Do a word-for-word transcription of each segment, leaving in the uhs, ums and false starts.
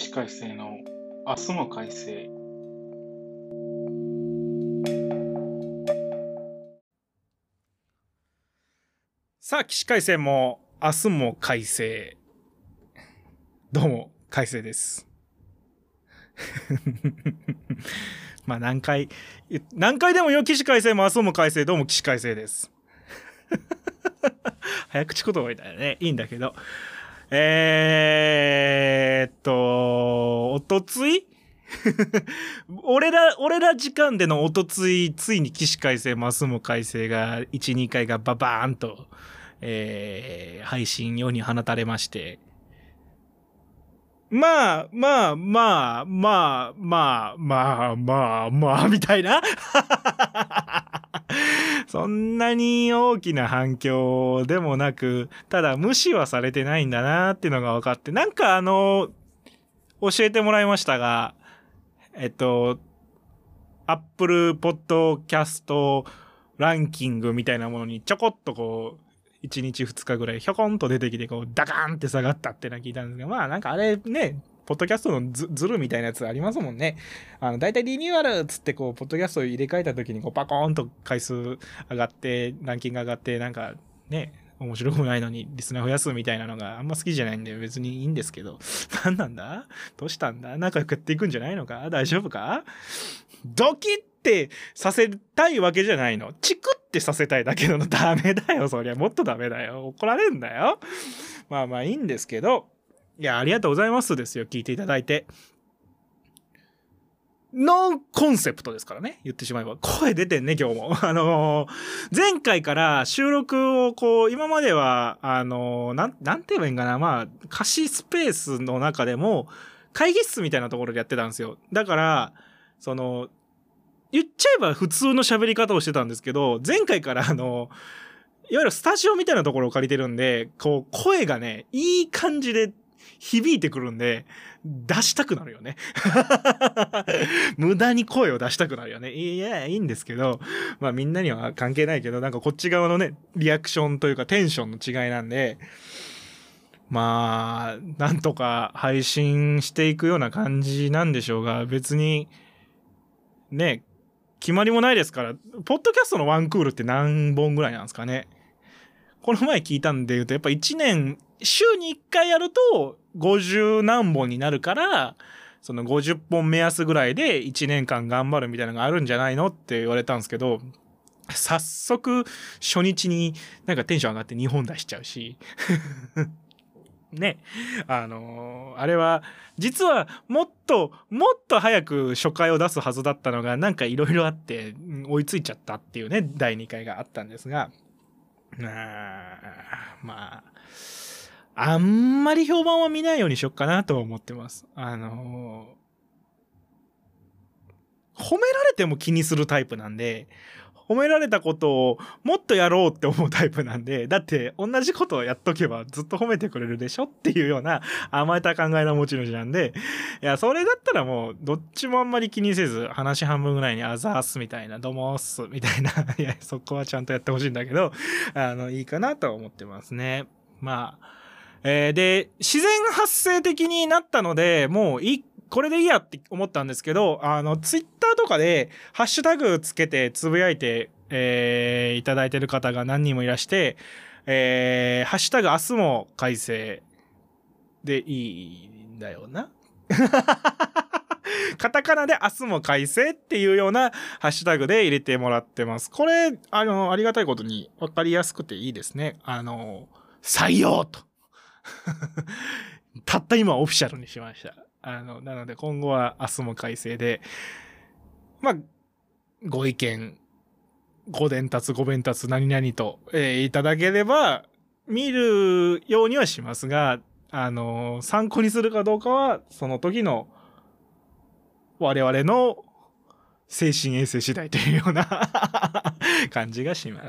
士改正の明日も改正。 さあ、起死回生も明日も改正。どうも、改正です。まあ何回、何回でもよ、起死回生も明日も改正、どうも起死回生です。早口言葉みたいなね、いいんだけど。えーっと、おとつい俺ら、俺ら時間でのおとつい、ついに起死回生も明日も改正が、いち、にかいがババーンと、えー、配信世に放たれまして。まあ、まあ、まあ、まあ、まあ、まあ、まあ、まあ、みたいな。そんなに大きな反響でもなく、ただ無視はされてないんだなっていうのが分かって、なんかあの、教えてもらいましたが、えっと、Apple Podcast ランキングみたいなものにちょこっとこう、いちにちふつかぐらいひょこんと出てきて、こう、ダカーンって下がったってのは聞いたんですけど、まあなんかあれね、ポッドキャストのズズルみたいなやつありますもんね。あの、だいたいリニューアルっつってこう、ポッドキャストを入れ替えた時にこう、パコーンと回数上がって、ランキング上がって、なんかね、面白くもないのにリスナー増やすみたいなのがあんま好きじゃないんで別にいいんですけど、何なんだどうしたんだ仲良くやっていくんじゃないのか大丈夫かドキってさせたいわけじゃないの。チクってさせたいだけなの。ダメだよ。そりゃもっとダメだよ。怒られんだよ。まあまあいいんですけど。いや、ありがとうございますですよ。聞いていただいて。ノンコンセプトですからね。言ってしまえば。声出てんね、今日も。あのー、前回から収録をこう、今までは、あのー、なん、なんて言えばいいんかな。まあ、貸しスペースの中でも、会議室みたいなところでやってたんですよ。だから、その、言っちゃえば普通の喋り方をしてたんですけど、前回からあの、いわゆるスタジオみたいなところを借りてるんで、こう、声がね、いい感じで響いてくるんで、出したくなるよね。無駄に声を出したくなるよね。いや、いいんですけど、まあみんなには関係ないけど、なんかこっち側のね、リアクションというかテンションの違いなんで、まあ、なんとか配信していくような感じなんでしょうが、別に、ね、決まりもないですから、ポッドキャストのワンクールって何本ぐらいなんですかね。この前聞いたんで言うと、やっぱいちねん、週にいっかいやるとごじゅう何本になるから、そのごじゅっぽん目安ぐらいでいちねんかん頑張るみたいなのがあるんじゃないのって言われたんですけど、早速初日になんかテンション上がってにほん出しちゃうし。ね。あのー、あれは、実はもっと、もっと早く初回を出すはずだったのが、なんかいろいろあって、追いついちゃったっていうね、だいにかいがあったんですが、あまあ、あんまり評判は見ないようにしよっかなと思ってます。あのー、褒められても気にするタイプなんで、褒められたことをもっとやろうって思うタイプなんで、だって同じことをやっとけばずっと褒めてくれるでしょっていうような甘えた考えの持ち主なんで、いや、それだったらもうどっちもあんまり気にせず、話半分ぐらいにあざーすみたいな、どうもーすみたいな、いや、そこはちゃんとやってほしいんだけど、あの、いいかなとは思ってますね。まあ、えー、で、自然発生的になったので、もういい、これでいいやって思ったんですけど、あの、ツイッターとかで、ハッシュタグつけてつぶやいて、えー、いただいてる方が何人もいらして、えー、ハッシュタグ明日も改正でいいんだよな。カタカナで明日も改正っていうようなハッシュタグで入れてもらってます。これ、あの、ありがたいことに分かりやすくていいですね。あの、採用と。たった今オフィシャルにしました。あの、なので今後は明日も改正で、まあ、ご意見、ご伝達、ご弁達、何々と、えー、いただければ、見るようにはしますが、あの、参考にするかどうかは、その時の我々の精神衛生次第というような感じがします。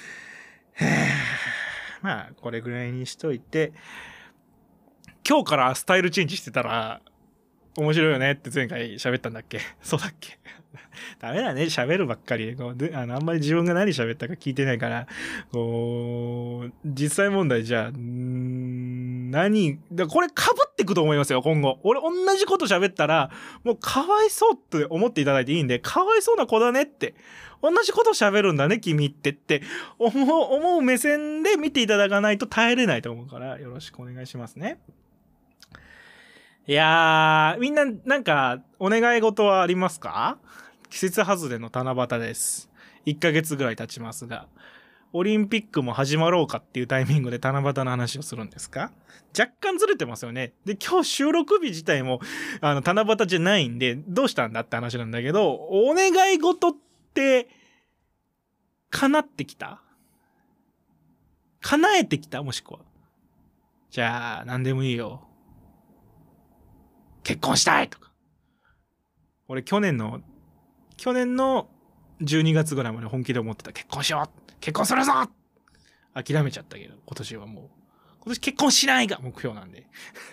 まあ、これぐらいにしといて、今日からスタイルチェンジしてたら、面白いよねって前回喋ったんだっけそうだっけダメだね、喋るばっかりで。であの、あんまり自分が何喋ったか聞いてないから、こう、実際問題じゃあ、んー何だこれ被ってくと思いますよ今後。俺同じこと喋ったらもうかわいそうって思っていただいていいんで、かわいそうな子だねって、同じこと喋るんだね君ってって思う、思う目線で見ていただかないと耐えれないと思うから、よろしくお願いしますね。いやー、みんななんかお願い事はありますか？季節外れの七夕です。いっかげつぐらい経ちますが、オリンピックも始まろうかっていうタイミングで七夕の話をするんですか？若干ずれてますよね。で、今日収録日自体もあの七夕じゃないんで、どうしたんだって話なんだけど、お願い事って叶ってきた？叶えてきた？もしくは。じゃあ、何でもいいよ。結婚したいとか。俺去年の、去年のじゅうにがつぐらいまで本気で思ってた。結婚しよう！結婚するぞ！諦めちゃったけど、今年はもう。今年結婚しないが目標なんで。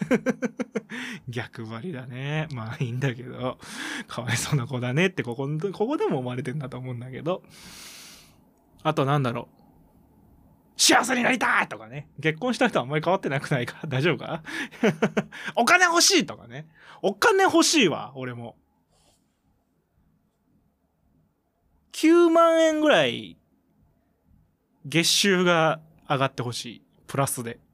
逆張りだね。まあいいんだけど、かわいそうな子だねってここ、ここでも思われてんだと思うんだけど。あとなんだろう。幸せになりたいとかね。結婚した人はあんまり変わってなくないか？大丈夫か？お金欲しいとかね。お金欲しいわ、俺も。きゅうまんえんぐらい月収が上がってほしい。プラスで。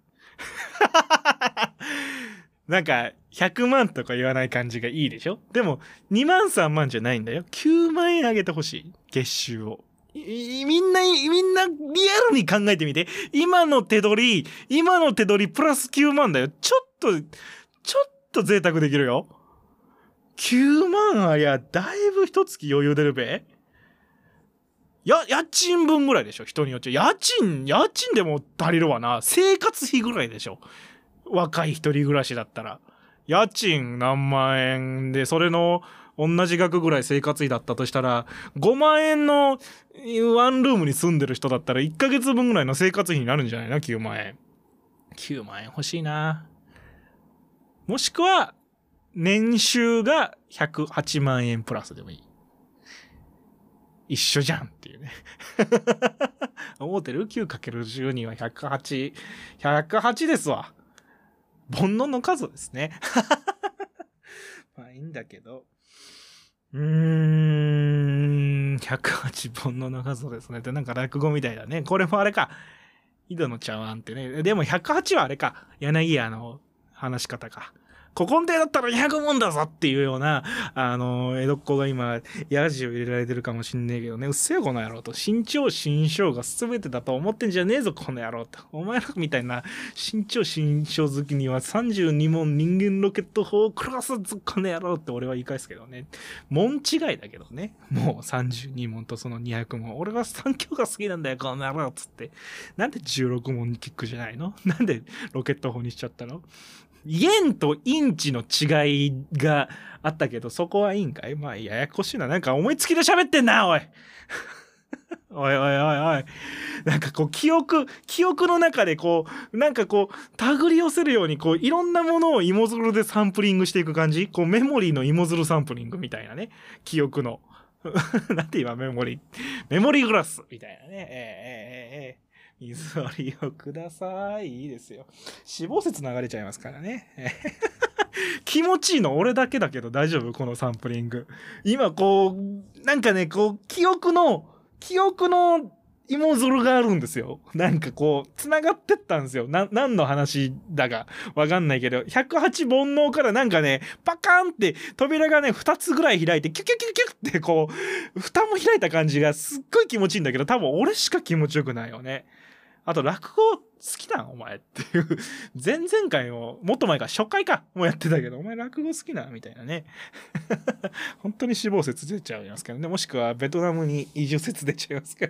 なんかひゃくまんとか言わない感じがいいでしょ？でもにまんさんまんじゃないんだよ。きゅうまんえん上げてほしい。月収を。みんな、みんなリアルに考えてみて。今の手取り、今の手取りプラスきゅうまんだよ。ちょっと、ちょっと贅沢できるよ。きゅうまんありゃだいぶ一月余裕出るべ。や、家賃分ぐらいでしょ、人によっちゃ。家賃、家賃でも足りるわな。生活費ぐらいでしょ。若い一人暮らしだったら。家賃何万円で、それの同じ額ぐらい生活費だったとしたら、ごまんえんのワンルームに住んでる人だったらいっかげつぶんぐらいの生活費になるんじゃないの？ きゅうまんえん。きゅうまんえん欲しいな。もしくは、年収がひゃくはちまんえんプラスでもいい。一緒じゃんっていうね。思ってる？ きゅうかけるじゅうに はひゃくはち。ひゃくはちですわ。煩悩の数ですね。まあいいんだけど。うーん、ひゃくはち煩悩の数ですね。ってなんか落語みたいだね。これもあれか。井戸の茶碗ってね。でもひゃくはちはあれか。柳家の話し方か。古今亭だったらにひゃくもんだぞっていうような、あの、江戸っ子が今、ヤジを入れられてるかもしんねえけどね、うっせえこの野郎と、新潮新章が全てだと思ってんじゃねえぞこの野郎と。お前らみたいな、新潮新章好きにはさんじゅうにもん人間ロケット砲をクラスぞこの野郎って俺は言い返すけどね。門違いだけどね。もうさんじゅうにもんとそのにひゃくもん。俺はさん教が好きなんだよこの野郎っつって。なんでじゅうろくもんキックじゃないの？なんでロケット砲にしちゃったの？円とインチの違いがあったけど、そこはいいんかい？まあ、ややこしいな。なんか思いつきで喋ってんな、おい。おいおいおいおい。なんかこう、記憶、記憶の中でこう、なんかこう、手繰り寄せるように、こう、いろんなものを芋づるでサンプリングしていく感じ？こう、メモリーの芋づるサンプリングみたいなね。記憶の。なんて今メモリー。メモリーグラスみたいなね。えー、えー、えー、えー。水割りをください。いいですよ。死亡説流れちゃいますからね。気持ちいいの俺だけだけど大丈夫？このサンプリング。今こう、なんかね、こう、記憶の、記憶の芋づるがあるんですよ。なんかこう、繋がってったんですよ。な、何の話だかわかんないけど、ひゃくはち煩悩からなんかね、パカーンって扉がね、ふたつぐらい開いて、キュキュキュキュってこう、蓋も開いた感じがすっごい気持ちいいんだけど、多分俺しか気持ちよくないよね。あと落語好きなんお前っていう。前々回も、もっと前か、初回か、もうやってたけど、お前落語好きなみたいなね。本当に死亡説出ちゃいますけどね。もしくはベトナムに移住説出ちゃいますけど。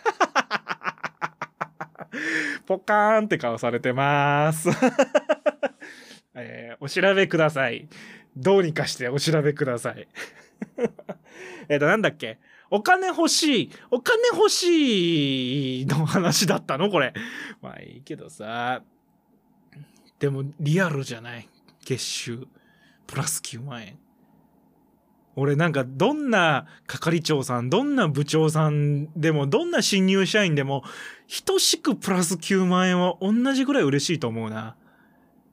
ポカーンって顔されてまーす。えー、お調べください。どうにかしてお調べください。えっと、なんだっけ？お金欲しい。お金欲しいの話だったのこれ。まあいいけどさ。でもリアルじゃない。月収。プラスきゅうまんえん。俺なんかどんな係長さん、どんな部長さんでも、どんな新入社員でも、等しくプラスきゅうまんえんは同じぐらい嬉しいと思うな。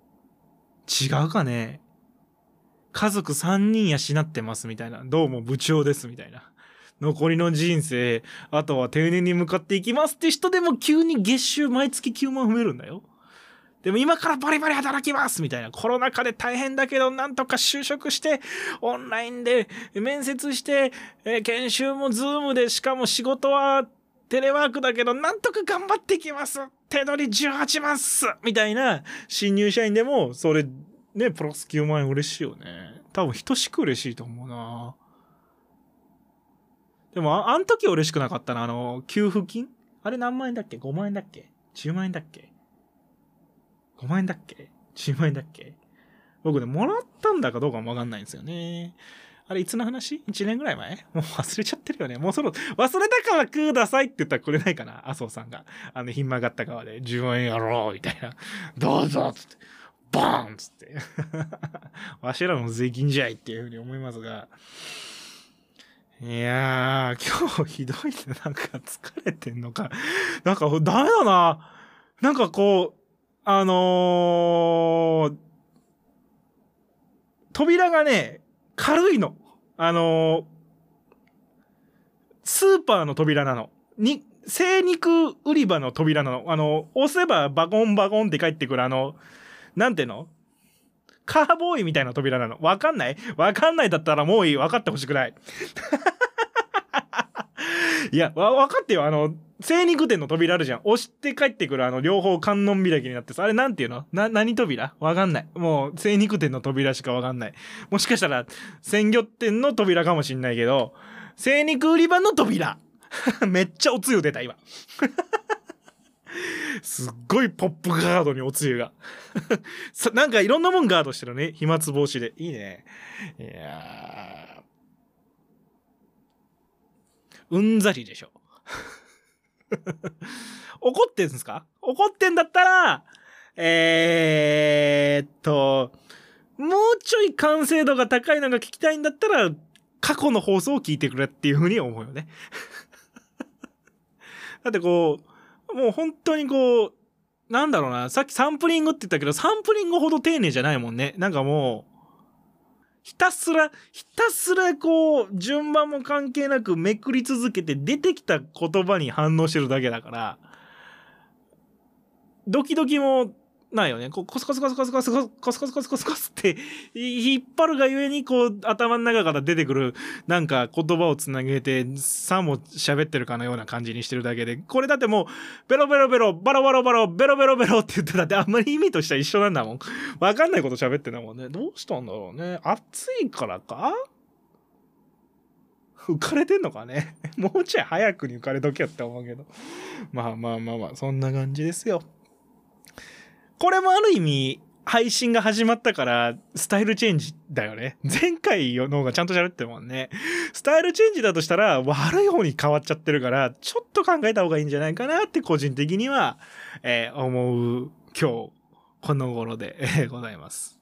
違うかね。家族さんにん養ってますみたいな。どうも部長ですみたいな。残りの人生、あとは定年に向かっていきますって人でも急に月収毎月きゅうまん増えるんだよ。でも今からバリバリ働きますみたいな。コロナ禍で大変だけどなんとか就職してオンラインで面接して、えー、研修もズームで、しかも仕事はテレワークだけどなんとか頑張っていきます。手取りじゅうはちまんっすみたいな新入社員でもそれねプラスきゅうまんえん嬉しいよね。多分等しく嬉しいと思うな。でもあ、あん時嬉しくなかったな。あの給付金あれ何万円だっけ？ ご 万円だっけ？ じゅう 万円だっけ？ごまん円だっけ ?じゅう 万円だっけ？僕ね、もらったんだかどうかもわかんないんですよね。あれ、いつの話 ?いち 年ぐらい前もう忘れちゃってるよね。もうそろ、忘れたからくださいって言ったらくれないかな麻生さんが。あの、ひん曲がった側で、じゅうまん円やろうみたいな。どうぞつって、バーンつって。わしらの税金じゃいっていうふうに思いますが。いやー、今日ひどいね。なんか疲れてんのか。なんかダメだな。なんかこう、あのー、扉がね、軽いの。あのー、スーパーの扉なの。に、精肉売り場の扉なの。あの、押せばバコンバコンって帰ってくるあの、なんていうの？カーボーイみたいな扉なの。わかんない？わかんないだったらもういい。わかってほしくない。いや、わ、わかってよ。あの、精肉店の扉あるじゃん。押して帰ってくるあの、両方観音開きになってさ。あれなんていうの？な、何扉？わかんない。もう、精肉店の扉しかわかんない。もしかしたら、鮮魚店の扉かもしんないけど、精肉売り場の扉。めっちゃおつゆ出た、今。すっごいポップガードにおつゆが。なんかいろんなもんガードしてるね。飛沫防止で。いいね。いやー。うんざりでしょ。怒ってんすか？怒ってんだったら、えーっと、もうちょい完成度が高いのが聞きたいんだったら、過去の放送を聞いてくれっていう風に思うよね。だってこう、もう本当にこう、なんだろうな、さっきサンプリングって言ったけど、サンプリングほど丁寧じゃないもんね。なんかもう、ひたすら、ひたすらこう、順番も関係なくめくり続けて出てきた言葉に反応してるだけだから、ドキドキもないよね。こうコスコスコスコスコスコスコスコスコスコスコスって引っ張るがゆえにこう頭の中から出てくるなんか言葉をつなげてさも喋ってるかのような感じにしてるだけで、これだってもうベロベロベロバロバロバロベロベロベロって言ってたってあんまり意味としては一緒なんだもん。わかんないこと喋ってんだもんね。どうしたんだろうね。暑いからか？浮かれてんのかね。もうちょい早くに浮かれとけよって思うけど。まあまあまあまあそんな感じですよ。これもある意味配信が始まったからスタイルチェンジだよね。前回の方がちゃんと喋ってるもんね。スタイルチェンジだとしたら悪い方に変わっちゃってるからちょっと考えた方がいいんじゃないかなって個人的には、えー、思う今日この頃でございます。